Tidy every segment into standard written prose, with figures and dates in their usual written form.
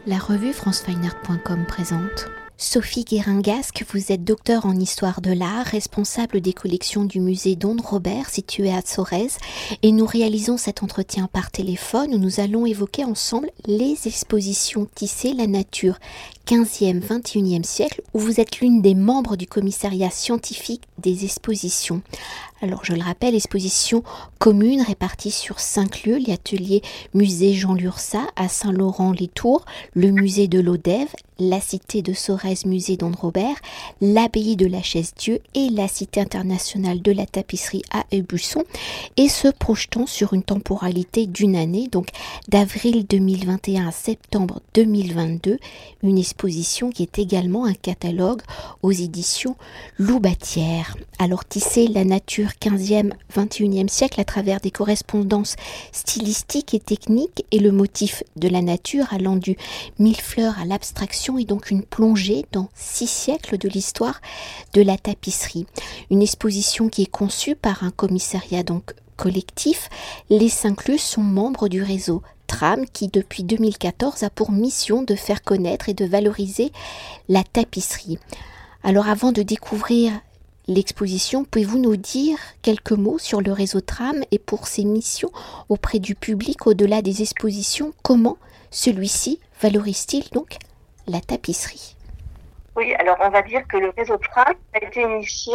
La revue francefineart.com présente Sophie Guérin-Gasc, vous êtes docteure en histoire de l'art, responsable des collections du musée Don Robert situé à Sorèze, et nous réalisons cet entretien par téléphone où nous allons évoquer ensemble les expositions Tisser la nature 15e, 21e siècle, où vous êtes l'une des membres du commissariat scientifique des expositions. Alors je le rappelle, exposition commune répartie sur 5 lieux, l'atelier musée Jean Lurçat à Saint-Laurent-les-Tours, le musée de l'Odève, la cité de Sorèze musée Don Robert, l'abbaye de la Chaise-Dieu et la cité internationale de la tapisserie à Aubusson, et se projetant sur une temporalité d'une année, donc d'avril 2021 à septembre 2022, une exposition qui est également un catalogue aux éditions Loubatière. Alors tisser la nature 15e, 21e siècle à travers des correspondances stylistiques et techniques et le motif de la nature allant du millefleur à l'abstraction et donc une plongée dans 6 siècles de l'histoire de la tapisserie. Une exposition qui est conçue par un commissariat donc collectif. Les 5 lieux sont membres du réseau TRAM qui depuis 2014 a pour mission de faire connaître et de valoriser la tapisserie. Alors avant de découvrir l'exposition, pouvez-vous nous dire quelques mots sur le réseau TRAM et pour ses missions auprès du public au-delà des expositions, comment celui-ci valorise-t-il donc la tapisserie? Oui, alors on va dire que le réseau TRAM a été initié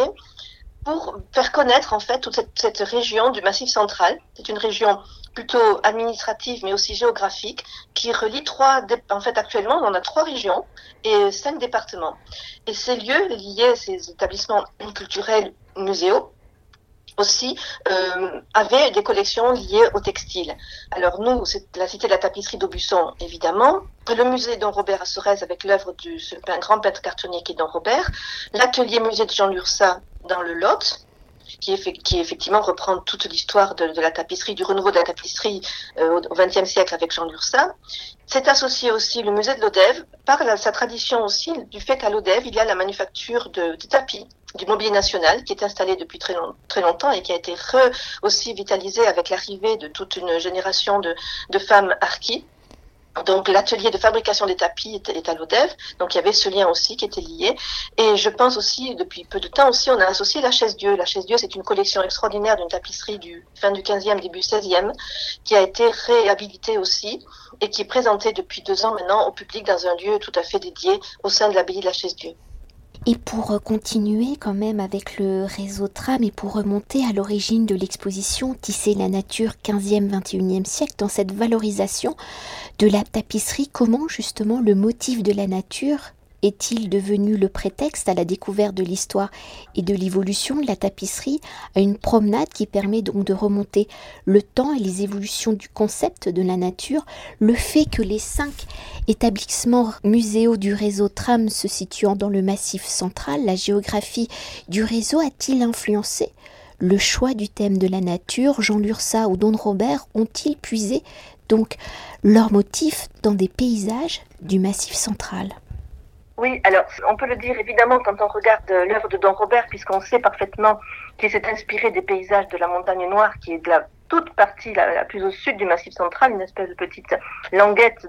pour faire connaître en fait toute cette région du Massif central. C'est une région plutôt administrative mais aussi géographique qui relie actuellement on a 3 régions et 5 départements. Et ces lieux liés, ces établissements culturels, muséaux, aussi avaient des collections liées au textile. Alors nous, c'est la cité de la tapisserie d'Aubusson, évidemment, le musée Don Robert à Sorèze avec l'œuvre un grand peintre cartonnier qui est Don Robert, l'atelier musée de Jean Lurçat dans le Lot, qui effectivement reprend toute l'histoire de la tapisserie, du renouveau de la tapisserie au XXe siècle avec Jean Lurçat. C'est associé aussi le musée de l'Odève par sa tradition aussi du fait qu'à l'Odève, il y a la manufacture de tapis, du mobilier national qui est installé depuis très longtemps et qui a été aussi vitalisé avec l'arrivée de toute une génération de femmes harkis. Donc l'atelier de fabrication des tapis est à l'Odève, donc il y avait ce lien aussi qui était lié. Et je pense aussi, depuis peu de temps aussi, on a associé la Chaise-Dieu. La Chaise-Dieu, c'est une collection extraordinaire d'une tapisserie du fin du 15e, début 16e, qui a été réhabilitée aussi et qui est présentée depuis 2 ans maintenant au public dans un lieu tout à fait dédié au sein de l'abbaye de la Chaise-Dieu. Et pour continuer quand même avec le réseau TRAM et pour remonter à l'origine de l'exposition Tisser la nature 15e, 21e siècle, dans cette valorisation de la tapisserie, comment justement le motif de la nature est-il devenu le prétexte à la découverte de l'histoire et de l'évolution de la tapisserie, à une promenade qui permet donc de remonter le temps et les évolutions du concept de la nature, le fait que les 5 établissements muséaux du réseau TRAM se situant dans le Massif central, la géographie du réseau a-t-il influencé le choix du thème de la nature? Jean Lurçat ou Don Robert ont-ils puisé donc leurs motifs dans des paysages du Massif central? Oui, alors on peut le dire évidemment quand on regarde l'œuvre de Don Robert, puisqu'on sait parfaitement qu'il s'est inspiré des paysages de la Montagne Noire, qui est de la toute partie la plus au sud du Massif central, une espèce de petite languette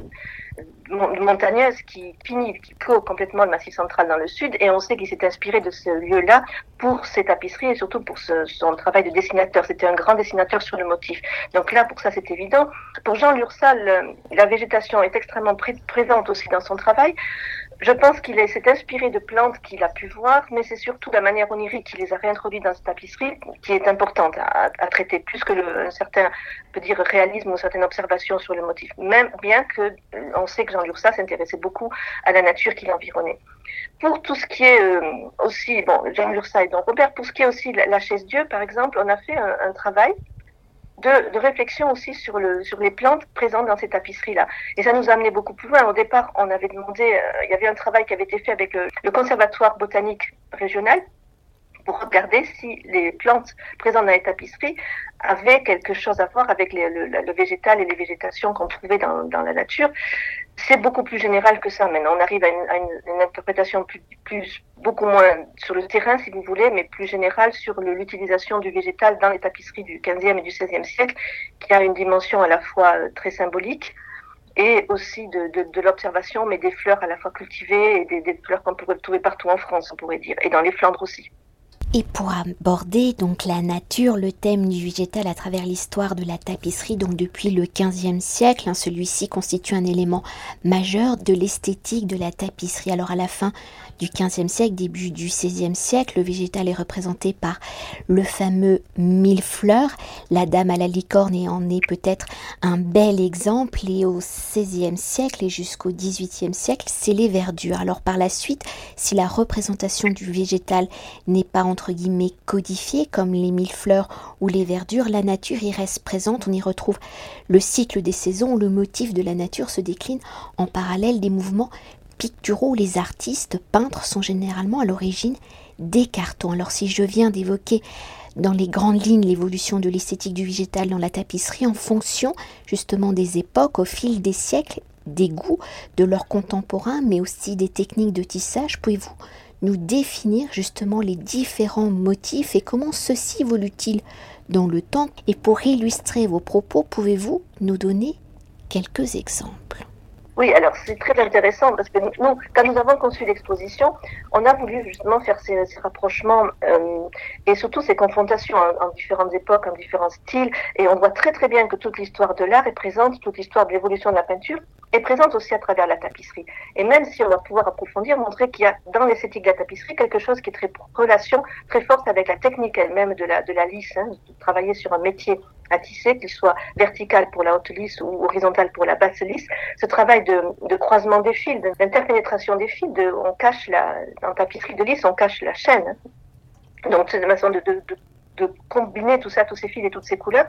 montagneuse qui clôt complètement le Massif central dans le sud, et on sait qu'il s'est inspiré de ce lieu-là pour ses tapisseries et surtout pour son travail de dessinateur. C'était un grand dessinateur sur le motif. Donc là, pour ça, c'est évident. Pour Jean Lurçat, la végétation est extrêmement présente aussi dans son travail. Je pense qu'il s'est inspiré de plantes qu'il a pu voir, mais c'est surtout la manière onirique qu'il les a réintroduites dans cette tapisserie qui est importante à traiter, plus que un certain, on peut dire, réalisme ou certaines observations sur le motif. Même bien que on sait que Jean Lurçat s'intéressait beaucoup à la nature qui l'environnait. Pour tout ce qui est aussi, Jean Lurçat et Don Robert, pour ce qui est aussi la Chaise-Dieu, par exemple, on a fait un travail de réflexion aussi sur les plantes présentes dans ces tapisseries-là. Et ça nous a amené beaucoup plus loin. Au départ, on avait demandé, il y avait un travail qui avait été fait avec le Conservatoire botanique régional pour regarder si les plantes présentes dans les tapisseries avaient quelque chose à voir avec le végétal et les végétations qu'on trouvait dans la nature. C'est beaucoup plus général que ça. Maintenant, on arrive à une interprétation beaucoup moins sur le terrain, si vous voulez, mais plus générale sur l'utilisation du végétal dans les tapisseries du 15e et du 16e siècle, qui a une dimension à la fois très symbolique et aussi de l'observation, mais des fleurs à la fois cultivées et des fleurs qu'on pourrait trouver partout en France, on pourrait dire, et dans les Flandres aussi. Et pour aborder donc la nature, le thème du végétal à travers l'histoire de la tapisserie, donc depuis le XVe siècle, celui-ci constitue un élément majeur de l'esthétique de la tapisserie. Alors à la fin du XVe siècle, début du XVIe siècle, le végétal est représenté par le fameux millefleur. La dame à la licorne en est peut-être un bel exemple. Et au XVIe siècle et jusqu'au XVIIIe siècle, c'est les verdures. Alors par la suite, si la représentation du végétal n'est pas entre guillemets codifiée comme les millefleurs ou les verdures, la nature y reste présente. On y retrouve le cycle des saisons où le motif de la nature se décline en parallèle des mouvements picturaux. Les artistes peintres sont généralement à l'origine des cartons. Alors si je viens d'évoquer dans les grandes lignes l'évolution de l'esthétique du végétal dans la tapisserie en fonction justement des époques, au fil des siècles, des goûts de leurs contemporains, mais aussi des techniques de tissage, pouvez-vous nous définir justement les différents motifs et comment ceci évolue-t-il dans le temps? Et pour illustrer vos propos, pouvez-vous nous donner quelques exemples? Oui, alors c'est très intéressant parce que nous, quand nous avons conçu l'exposition, on a voulu justement faire ces rapprochements et surtout ces confrontations en différentes époques, en différents styles. Et on voit très très bien que toute l'histoire de l'art est présente, toute l'histoire de l'évolution de la peinture est présente aussi à travers la tapisserie. Et même si on va pouvoir approfondir, montrer qu'il y a dans l'esthétique de la tapisserie quelque chose qui est très relation très forte avec la technique elle-même de la lisse, de travailler sur un métier à tisser, qu'il soit vertical pour la haute lisse ou horizontal pour la basse lisse. Ce travail de croisement des fils, d'interpénétration des fils, on cache dans la tapisserie de lisse, on cache la chaîne. Donc c'est une façon de combiner tout ça, tous ces fils et toutes ces couleurs,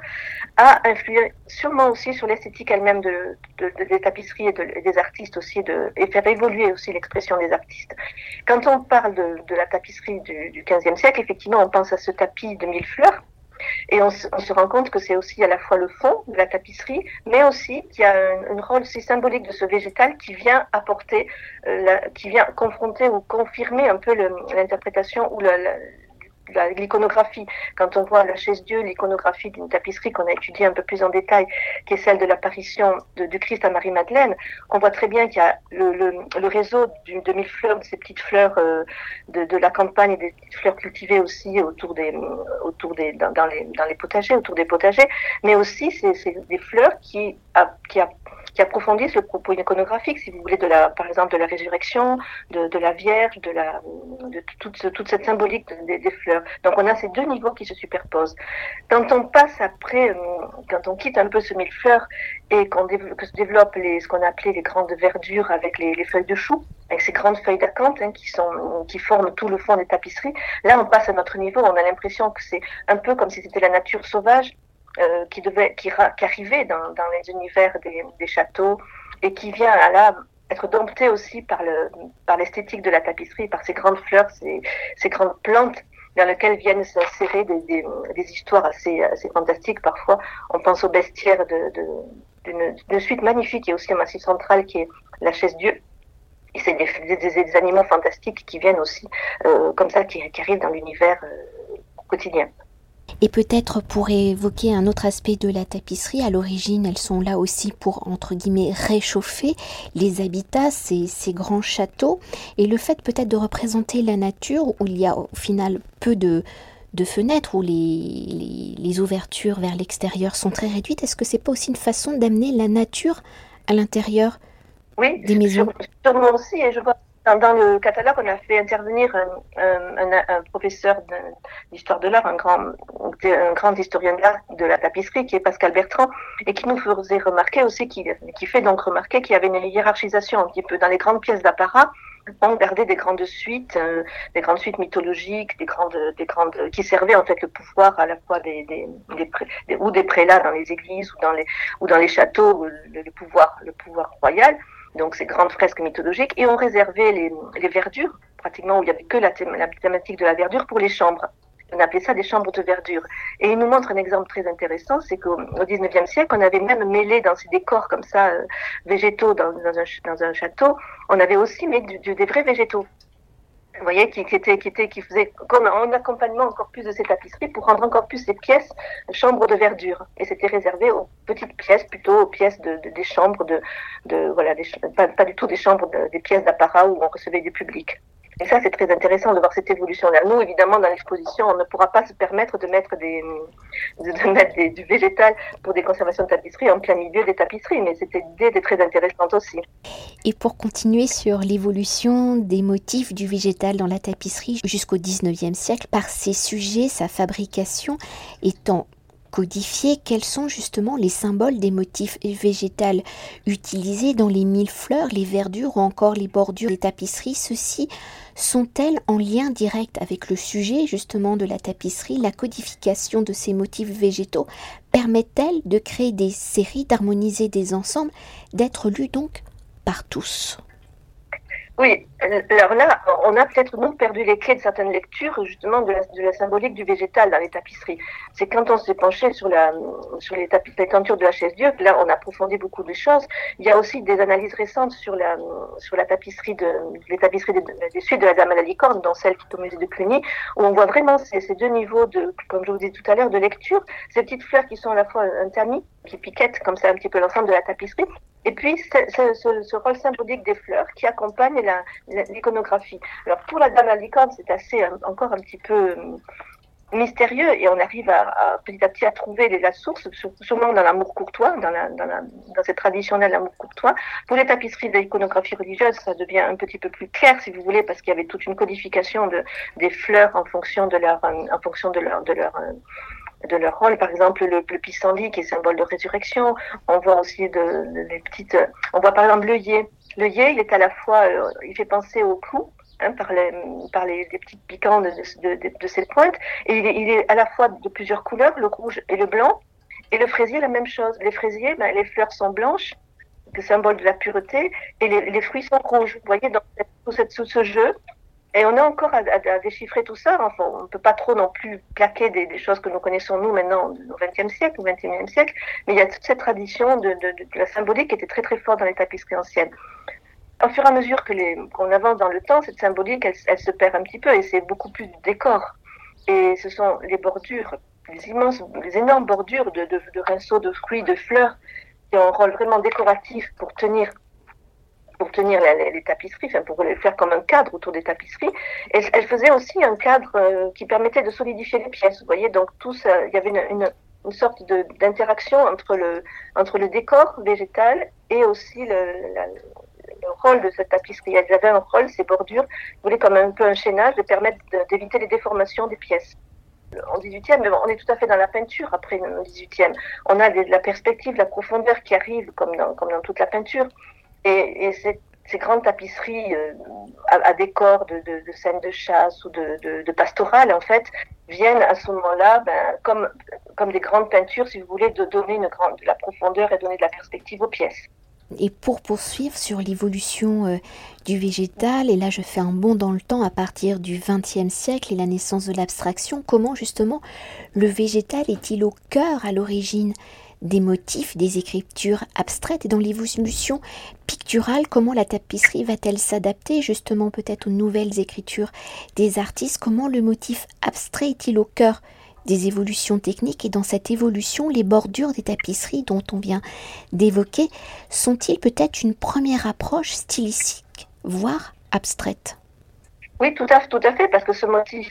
a influé sûrement aussi sur l'esthétique elle-même des tapisseries et des artistes aussi, et faire évoluer aussi l'expression des artistes. Quand on parle de la tapisserie du XVe siècle, effectivement, on pense à ce tapis de millefleurs. Et on se rend compte que c'est aussi à la fois le fond de la tapisserie, mais aussi qu'il y a un rôle aussi symbolique de ce végétal qui vient apporter, qui vient confronter ou confirmer un peu l'interprétation ou l'iconographie. Quand on voit la chaise-dieu, l'iconographie d'une tapisserie qu'on a étudiée un peu plus en détail, qui est celle de l'apparition du Christ à Marie-Madeleine, on voit très bien qu'il y a le réseau de millefleurs, de ces petites fleurs de la campagne et des petites fleurs cultivées aussi dans les potagers, autour des potagers, mais aussi c'est des fleurs qui approfondissent le propos iconographique, si vous voulez, par exemple de la résurrection, de la Vierge, de toute cette symbolique des fleurs. Donc on a ces deux niveaux qui se superposent. Quand on passe après, quand on quitte un peu ce millefleurs et que se développent ce qu'on appelait les grandes verdures avec les feuilles de chou, avec ces grandes feuilles d'acanthe qui forment tout le fond des tapisseries, là on passe à notre niveau, on a l'impression que c'est un peu comme si c'était la nature sauvage qui arrivait dans les univers des châteaux et qui vient là être dompté aussi par l'esthétique de la tapisserie, par ces grandes fleurs, ces grandes plantes dans lesquelles viennent s'insérer des histoires assez fantastiques parfois. On pense au bestiaire d'une suite magnifique et aussi un massif central qui est la chaise-dieu. Et c'est des animaux fantastiques qui viennent aussi comme ça, qui arrivent dans l'univers quotidien. Et peut-être pour évoquer un autre aspect de la tapisserie, à l'origine, elles sont là aussi pour, entre guillemets, réchauffer les habitats, ces grands châteaux. Et le fait peut-être de représenter la nature, où il y a au final peu de fenêtres, où les ouvertures vers l'extérieur sont très réduites, est-ce que c'est pas aussi une façon d'amener la nature à l'intérieur des maisons? Sûrement aussi, et je vois dans le catalogue, on a fait intervenir un professeur d'histoire de l'art, un grand historien de l'art de la tapisserie, qui est Pascal Bertrand, et qui nous faisait remarquer aussi, qui fait donc remarquer qu'il y avait une hiérarchisation un petit peu dans les grandes pièces d'apparat. On gardait des grandes suites mythologiques, des grandes qui servaient en fait le pouvoir à la fois des prélats dans les églises ou dans les châteaux, le pouvoir royal. Donc ces grandes fresques mythologiques, et on réservait les verdures, pratiquement où il n'y avait que la thématique de la verdure, pour les chambres. On appelait ça des chambres de verdure. Et il nous montre un exemple très intéressant, c'est qu'au XIXe siècle, on avait même mêlé dans ces décors comme ça, végétaux dans un château, on avait aussi mis des vrais végétaux. Vous voyez, qui faisait comme un accompagnement encore plus de ces tapisseries pour rendre encore plus ces pièces chambres de verdure. Et c'était réservé aux petites pièces, plutôt aux pièces des chambres voilà, pas du tout des chambres, des pièces d'apparat où on recevait du public. Et ça, c'est très intéressant de voir cette évolution-là. Nous, évidemment, dans l'exposition, on ne pourra pas se permettre de mettre du végétal pour des conservations de tapisserie en plein milieu des tapisseries, mais cette idée était très intéressante aussi. Et pour continuer sur l'évolution des motifs du végétal dans la tapisserie jusqu'au XIXe siècle, par ses sujets, sa fabrication étant codifiée, quels sont justement les symboles des motifs végétaux utilisés dans les millefleurs, les verdures ou encore les bordures des tapisseries? Ceux-ci sont-elles en lien direct avec le sujet justement de la tapisserie? La codification de ces motifs végétaux permet-elle de créer des séries, d'harmoniser des ensembles, d'être lus donc par tous? Oui, alors là, on a peut-être nous perdu les clés de certaines lectures, justement, de la symbolique du végétal dans les tapisseries. C'est quand on s'est penché sur les tentures de la Chaise-Dieu, là, on a approfondi beaucoup de choses. Il y a aussi des analyses récentes sur la tapisserie les tapisseries des suites de la Dame à la licorne, dont celle qui est au musée de Cluny, où on voit vraiment ces deux niveaux comme je vous disais tout à l'heure, de lecture, ces petites fleurs qui sont à la fois un tamis, qui piquettent comme ça un petit peu l'ensemble de la tapisserie, et puis ce rôle symbolique des fleurs qui accompagne l'iconographie. Alors pour la Dame à la licorne, c'est assez encore un petit peu mystérieux et on arrive petit à petit à trouver la source, sûrement dans l'amour courtois, dans cette tradition-là de l'amour courtois. Pour les tapisseries de l'iconographie religieuse, ça devient un petit peu plus clair, si vous voulez, parce qu'il y avait toute une codification des fleurs en fonction de leur rôle. Par exemple, le pissenlit qui est symbole de résurrection. On voit aussi on voit par exemple l'œillet. L'œillet, il est à la fois, il fait penser au clou, par les petites piquants de ses pointes, et il est à la fois de plusieurs couleurs, le rouge et le blanc. Et le fraisier, la même chose. Les fraisiers, les fleurs sont blanches, le symbole de la pureté, et les fruits sont rouges. Vous voyez, dans tout ce jeu. Et on a encore à déchiffrer tout ça. Enfin, on ne peut pas trop non plus plaquer des choses que nous connaissons nous maintenant au XXe siècle, au XXIe siècle. Mais il y a toute cette tradition de la symbolique qui était très très forte dans les tapisseries anciennes. Au fur et à mesure qu'on avance dans le temps, cette symbolique, elle se perd un petit peu et c'est beaucoup plus du décor. Et ce sont les bordures, les énormes bordures de rinceaux, de fruits, de fleurs qui ont un rôle vraiment décoratif pour tenir les tapisseries, enfin pour les faire comme un cadre autour des tapisseries. Et elle faisait aussi un cadre qui permettait de solidifier les pièces. Vous voyez, donc il y avait une sorte d'interaction entre le décor végétal et aussi le rôle de cette tapisserie. Elle avait un rôle, ces bordures, vous voulez, comme un peu un chaînage, de permettre d'éviter les déformations des pièces. En 18e, mais bon, on est tout à fait dans la peinture après le 18e. On a la perspective, la profondeur qui arrive comme dans toute la peinture. Et ces grandes tapisseries à décor de scènes de chasse ou de pastorales, en fait, viennent à ce moment-là, comme des grandes peintures, si vous voulez, de donner de la profondeur et donner de la perspective aux pièces. Et pour poursuivre sur l'évolution du végétal, et là je fais un bond dans le temps à partir du XXe siècle et la naissance de l'abstraction, comment justement le végétal est-il au cœur, à l'origine des motifs, des écritures abstraites, et dans l'évolution picturale, comment la tapisserie va-t-elle s'adapter justement peut-être aux nouvelles écritures des artistes? Comment le motif abstrait est-il au cœur des évolutions techniques, et dans cette évolution, les bordures des tapisseries dont on vient d'évoquer sont-ils peut-être une première approche stylistique, voire abstraite? Oui, tout à fait, parce que ce motif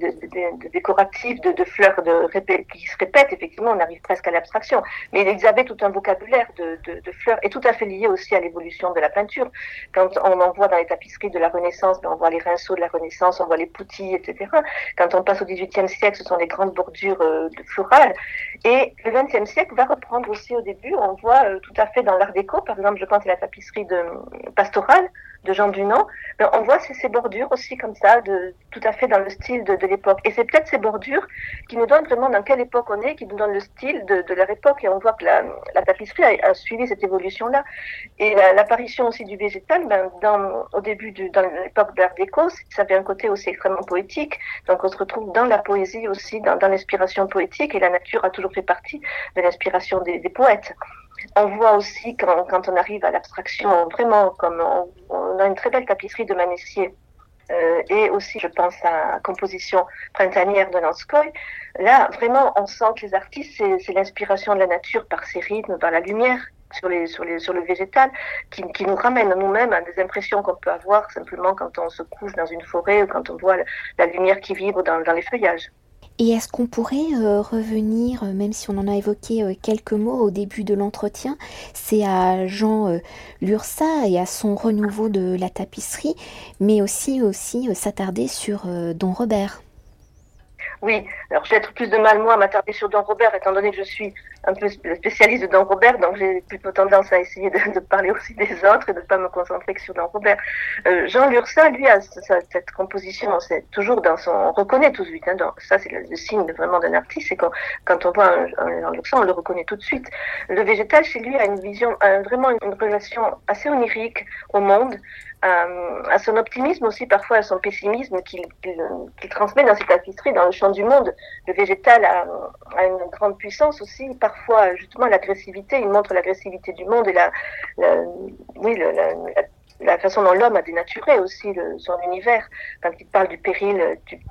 décoratif de fleurs qui se répète, effectivement, on arrive presque à l'abstraction. Mais ils avaient tout un vocabulaire de fleurs, et tout à fait lié aussi à l'évolution de la peinture. Quand on en voit dans les tapisseries de la Renaissance, on voit les rinceaux de la Renaissance, on voit les poutilles, etc. Quand on passe au XVIIIe siècle, ce sont les grandes bordures florales. Et le XXe siècle va reprendre aussi au début, on voit tout à fait dans l'art déco, par exemple, je pense à la tapisserie pastorale de Jean Dunand, on voit ces bordures aussi comme ça, tout à fait dans le style de l'époque. Et c'est peut-être ces bordures qui nous donnent vraiment dans quelle époque on est, qui nous donnent le style de leur époque. Et on voit que la tapisserie a suivi cette évolution-là. Et l'apparition aussi du végétal, au début, dans l'époque de l'art déco, ça avait un côté aussi extrêmement poétique. Donc on se retrouve dans la poésie aussi, dans l'inspiration poétique, et la nature a toujours fait partie de l'inspiration des poètes. On voit aussi quand on arrive à l'abstraction, vraiment, comme on a une très belle tapisserie de Manessier et aussi, je pense à la composition printanière de Lanskoï. Là, vraiment, on sent que les artistes, c'est l'inspiration de la nature par ses rythmes, par la lumière sur le végétal, qui nous ramène nous-mêmes à des impressions qu'on peut avoir simplement quand on se couche dans une forêt ou quand on voit la lumière qui vibre dans les feuillages. Et est-ce qu'on pourrait revenir, même si on en a évoqué quelques mots au début de l'entretien, c'est à Jean Lurçat et à son renouveau de la tapisserie, mais aussi s'attarder sur Don Robert. Oui, alors j'ai peut-être plus de mal, moi, à m'attarder sur Don Robert, étant donné que je suis un peu spécialiste de Don Robert, donc j'ai plutôt tendance à essayer de parler aussi des autres et de ne pas me concentrer que sur Don Robert. Jean Lurçat, lui, a cette composition, c'est toujours dans son... On reconnaît tout de suite, hein, ça c'est le signe vraiment d'un artiste, c'est quand on voit un Jean Lurçat, on le reconnaît tout de suite. Le végétal, chez lui, a une vision, vraiment une relation assez onirique au monde, à son optimisme aussi, parfois à son pessimisme qu'il transmet dans ses tapisseries, dans le champ du monde. Le végétal a une grande puissance aussi, parfois justement l'agressivité, il montre l'agressivité du monde et la façon dont l'homme a dénaturé aussi son univers, quand il parle du péril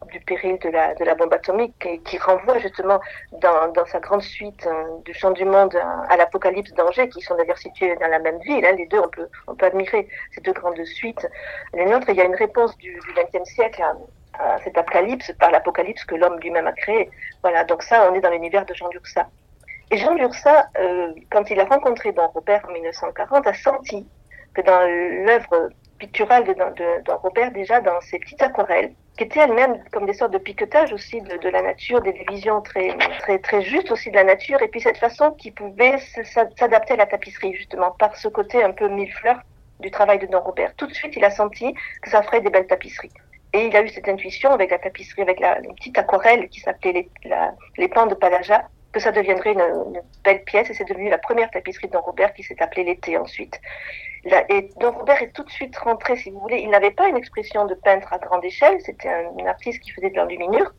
de la bombe atomique, et qui renvoie justement dans sa grande suite du chant du monde à l'Apocalypse d'Angers, qui sont d'ailleurs situés dans la même ville. Hein, les deux, on peut admirer ces deux grandes suites. Les nôtres, il y a une réponse du XXe siècle à cet apocalypse par l'Apocalypse que l'homme lui-même a créé. Voilà, donc ça, on est dans l'univers de Jean Lurçat. Et Jean Lurçat, quand il a rencontré Don Robert en 1940, a senti que dans l'œuvre picturale de Don Robert, déjà dans ses petites aquarelles, qui étaient elles-mêmes comme des sortes de piquetage aussi de la nature, des visions très, très, très justes aussi de la nature, et puis cette façon qui pouvait s'adapter à la tapisserie, justement, par ce côté un peu millefleur du travail de Don Robert. Tout de suite, il a senti que ça ferait des belles tapisseries. Et il a eu cette intuition avec la tapisserie, avec une petite aquarelle qui s'appelait les pans de Palaja, que ça deviendrait une belle pièce, et c'est devenu la première tapisserie de Don Robert qui s'est appelée L'été ensuite. Et Don Robert est tout de suite rentré, si vous voulez, il n'avait pas une expression de peintre à grande échelle, c'était un artiste qui faisait de l'enluminure,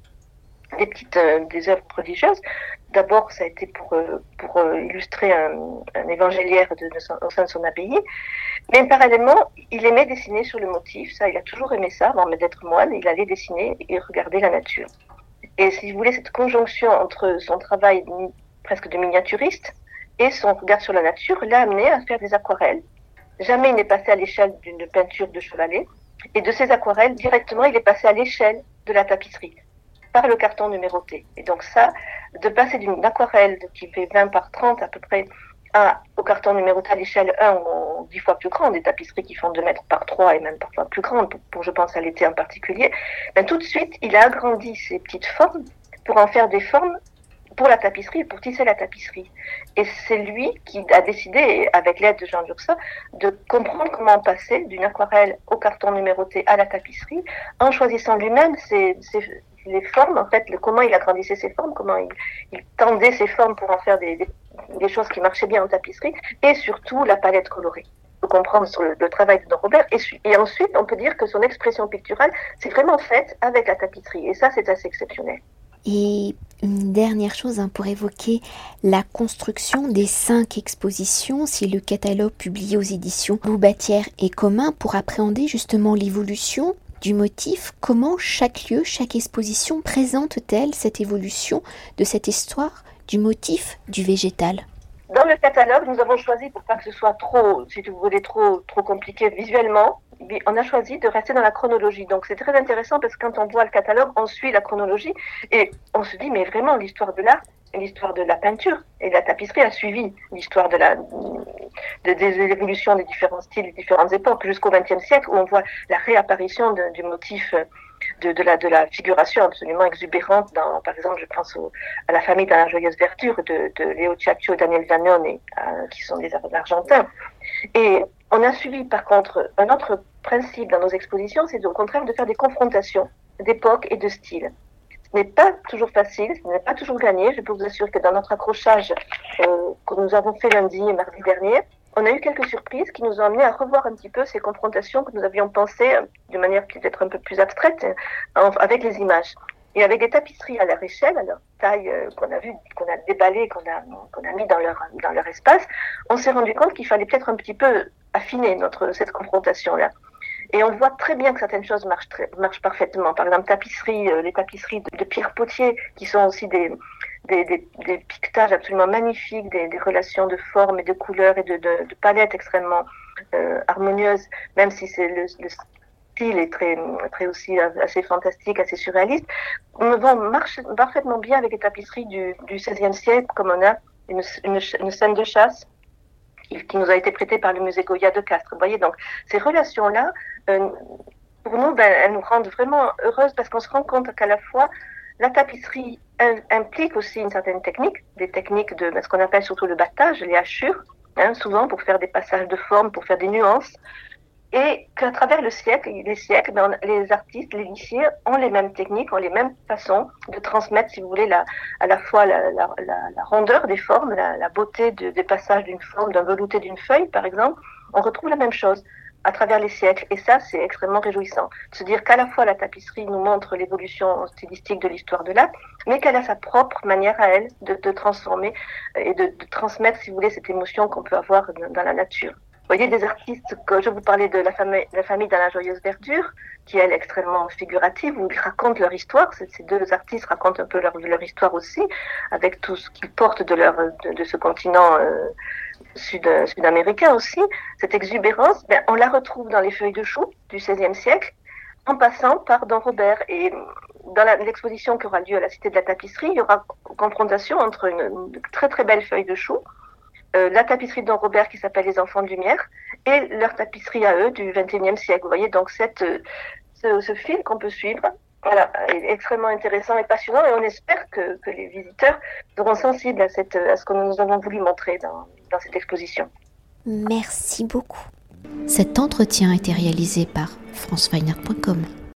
des œuvres prodigieuses. D'abord, ça a été pour illustrer un évangéliaire au sein de son abbaye, mais parallèlement, il aimait dessiner sur le motif, ça, il a toujours aimé ça, avant d'être moine, il allait dessiner et regarder la nature. Et si vous voulez, cette conjonction entre son travail presque de miniaturiste et son regard sur la nature l'a amené à faire des aquarelles. Jamais il n'est passé à l'échelle d'une peinture de chevalet. Et de ces aquarelles, directement, il est passé à l'échelle de la tapisserie, par le carton numéroté. Et donc ça, de passer d'une aquarelle qui fait 20 par 30 à peu près, au carton numéroté à l'échelle 1, ou 10 fois plus grande, des tapisseries qui font 2 mètres par 3 et même parfois plus grandes, pour je pense à l'été en particulier, ben, tout de suite, il a agrandi ces petites formes pour en faire des formes pour la tapisserie, pour tisser la tapisserie. Et c'est lui qui a décidé, avec l'aide de Jean Lurçat, de comprendre comment passer d'une aquarelle au carton numéroté à la tapisserie, en choisissant lui-même les formes, en fait, comment il agrandissait ses formes, comment il tendait ses formes pour en faire des choses qui marchaient bien en tapisserie, et surtout la palette colorée. Il faut comprendre sur le travail de Don Robert, et ensuite, on peut dire que son expression picturale, c'est vraiment faite avec la tapisserie, et ça, c'est assez exceptionnel. Et une dernière chose pour évoquer la construction des 5 expositions, si le catalogue publié aux éditions Loubatière est commun pour appréhender justement l'évolution du motif, comment chaque lieu, chaque exposition présente-t-elle cette évolution de cette histoire du motif du végétal ? Dans le catalogue, nous avons choisi, pour pas que ce soit trop, si vous voulez, trop compliqué visuellement, on a choisi de rester dans la chronologie. Donc c'est très intéressant parce que quand on voit le catalogue, on suit la chronologie et on se dit, mais vraiment, l'histoire de l'art, l'histoire de la peinture et de la tapisserie a suivi l'histoire des évolutions des différents styles, des différentes époques, jusqu'au XXe siècle, où on voit la réapparition du motif de la figuration absolument exubérante dans, par exemple, je pense à la famille dans la joyeuse verdure de Léo Ciaccio et Daniel Vanone, qui sont des Argentins. Et on a suivi, par contre, un autre principe dans nos expositions, c'est au contraire de faire des confrontations d'époque et de style. Ce n'est pas toujours facile, ce n'est pas toujours gagné. Je peux vous assurer que dans notre accrochage que nous avons fait lundi et mardi dernier, on a eu quelques surprises qui nous ont amené à revoir un petit peu ces confrontations que nous avions pensées de manière peut-être un peu plus abstraite avec les images. Et avec des tapisseries à leur échelle, à leur taille qu'on a vu, qu'on a déballées, qu'on a mis dans leur espace, on s'est rendu compte qu'il fallait peut-être un petit peu affiner cette confrontation-là. Et on voit très bien que certaines choses marchent parfaitement. Par exemple, les tapisseries de Pierre Potier, qui sont aussi des piquetages absolument magnifiques, des relations de formes et de couleurs et de palettes extrêmement harmonieuses, même si le style est très aussi assez fantastique, assez surréaliste, marche parfaitement bien avec les tapisseries du XVIe siècle, comme on a une scène de chasse qui nous a été prêtée par le musée Goya de Castres. Vous voyez, donc ces relations-là, pour nous, elles nous rendent vraiment heureuses parce qu'on se rend compte qu'à la fois, la tapisserie implique aussi une certaine technique, des techniques de ce qu'on appelle surtout le battage, les hachures, souvent pour faire des passages de forme, pour faire des nuances, et qu'à travers les siècles, les artistes, les initiés ont les mêmes techniques, ont les mêmes façons de transmettre, si vous voulez, à la fois la rondeur des formes, la beauté des passages d'une forme, d'un velouté d'une feuille, par exemple. On retrouve la même chose à travers les siècles. Et ça, c'est extrêmement réjouissant. De se dire qu'à la fois la tapisserie nous montre l'évolution stylistique de l'histoire de l'art, mais qu'elle a sa propre manière à elle de transformer et de transmettre, si vous voulez, cette émotion qu'on peut avoir dans la nature. Vous voyez, des artistes, que je vous parlais de la famille dans la joyeuse verdure, qui est extrêmement figurative, où ils racontent leur histoire. Ces deux artistes racontent un peu leur histoire aussi, avec tout ce qu'ils portent de ce continent sud-américain aussi. Cette exubérance, on la retrouve dans les feuilles de chou du XVIe siècle, en passant par Don Robert. Et dans l'exposition qui aura lieu à la Cité de la Tapisserie, il y aura une confrontation entre une très très belle feuille de chou, la tapisserie de Don Robert qui s'appelle Les Enfants de Lumière et leur tapisserie à eux du XXIe siècle. Vous voyez, donc ce fil qu'on peut suivre est extrêmement intéressant et passionnant, et on espère que les visiteurs seront sensibles à ce que nous avons voulu montrer dans cette exposition. Merci beaucoup. Cet entretien a été réalisé par franceweiner.com.